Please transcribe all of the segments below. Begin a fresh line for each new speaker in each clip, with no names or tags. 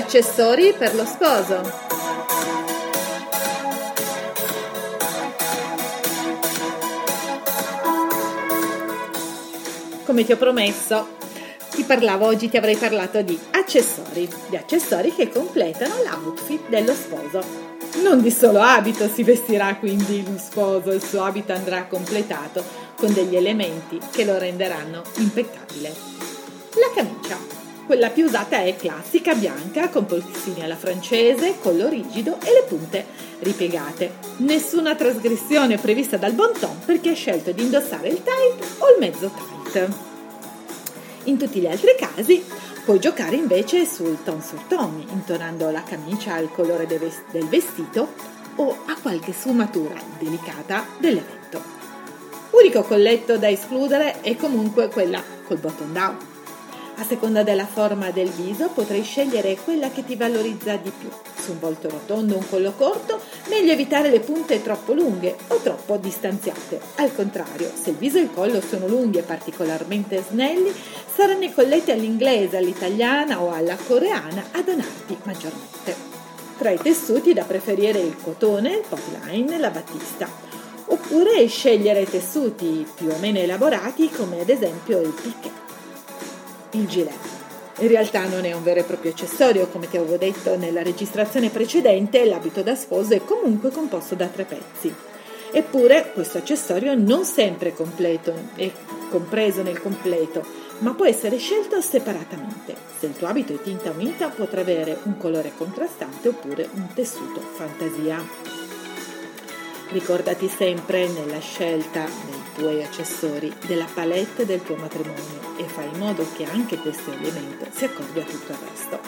accessori per lo sposo. Come ti ho promesso, oggi ti avrei parlato di accessori che completano l'outfit dello sposo. Non di solo abito si vestirà quindi lo sposo, il suo abito andrà completato con degli elementi che lo renderanno impeccabile. La camicia, quella più usata è classica bianca con polsini alla francese, collo rigido e le punte ripiegate. Nessuna trasgressione prevista dal bon ton per chi ha scelto di indossare il tight o il mezzo tight. In tutti gli altri casi puoi giocare invece sul ton sur ton, intonando la camicia al colore del vestito o a qualche sfumatura delicata dell'evento. Unico colletto da escludere è comunque quella col button down. A seconda della forma del viso potrai scegliere quella che ti valorizza di più. Su un volto rotondo o un collo corto, meglio evitare le punte troppo lunghe o troppo distanziate. Al contrario, se il viso e il collo sono lunghi e particolarmente snelli, saranno i colletti all'inglese, all'italiana o alla coreana a donarti maggiormente. Tra i tessuti da preferire il cotone, il polyline e la battista. Oppure scegliere tessuti più o meno elaborati come ad esempio il piqué. Il gilet. In realtà non è un vero e proprio accessorio, come ti avevo detto nella registrazione precedente, l'abito da sposo è comunque composto da 3 pezzi. Eppure questo accessorio non sempre è compreso nel completo, ma può essere scelto separatamente. Se il tuo abito è tinta unita potrà avere un colore contrastante oppure un tessuto fantasia. Ricordati sempre nella scelta dei tuoi accessori della palette del tuo matrimonio e fai in modo che anche questo elemento si accordi a tutto il resto.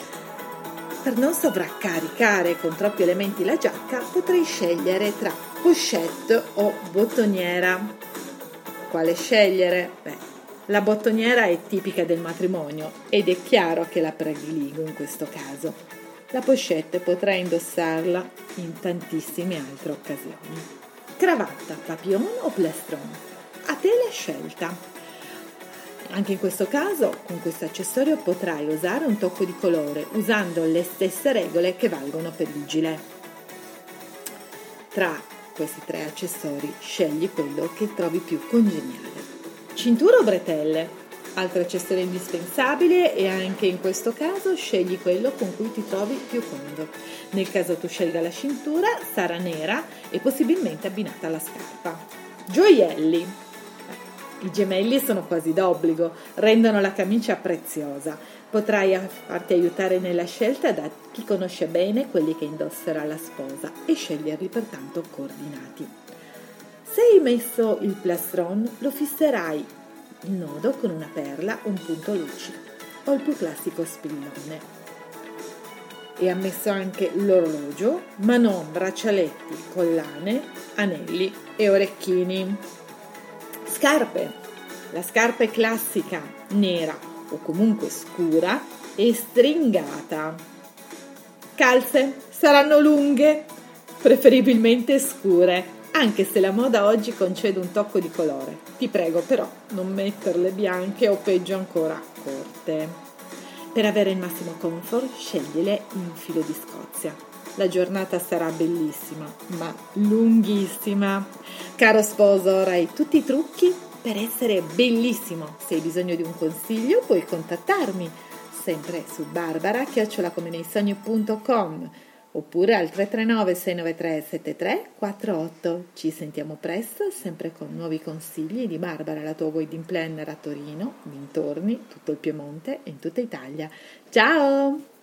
Per non sovraccaricare con troppi elementi la giacca, potrai scegliere tra pochette o bottoniera. Quale scegliere? La bottoniera è tipica del matrimonio ed è chiaro che la prediligo in questo caso. La pochette potrai indossarla in tantissime altre occasioni. Cravatta, papillon o plastron? A te la scelta. Anche in questo caso, con questo accessorio potrai usare un tocco di colore usando le stesse regole che valgono per il gilet. Tra questi 3 accessori scegli quello che trovi più congeniale. Cintura o bretelle? Altro accessorio indispensabile e anche in questo caso scegli quello con cui ti trovi più comodo. Nel caso tu scelga la cintura sarà nera e possibilmente abbinata alla scarpa. Gioielli. I gemelli sono quasi d'obbligo, rendono la camicia preziosa. Potrai farti aiutare nella scelta da chi conosce bene quelli che indosserà la sposa e sceglierli pertanto coordinati. Se hai messo il plastron lo fisserai il nodo con una perla o un punto lucido o il più classico spillone. E ha messo anche l'orologio, ma non braccialetti, collane, anelli e orecchini. Scarpe. La scarpa è classica, nera o comunque scura e stringata. Calze saranno lunghe, preferibilmente scure, anche se la moda oggi concede un tocco di colore. Ti prego però non metterle bianche o peggio ancora corte. Per avere il massimo comfort scegliele in filo di Scozia. La giornata sarà bellissima, ma lunghissima. Caro sposo, ora hai tutti i trucchi per essere bellissimo. Se hai bisogno di un consiglio puoi contattarmi sempre su barbara@comeneisogni.com oppure al 339 693 7348. Ci sentiamo presto, sempre con nuovi consigli di Barbara, la tua wedding planner a Torino, dintorni, tutto il Piemonte e in tutta Italia. Ciao!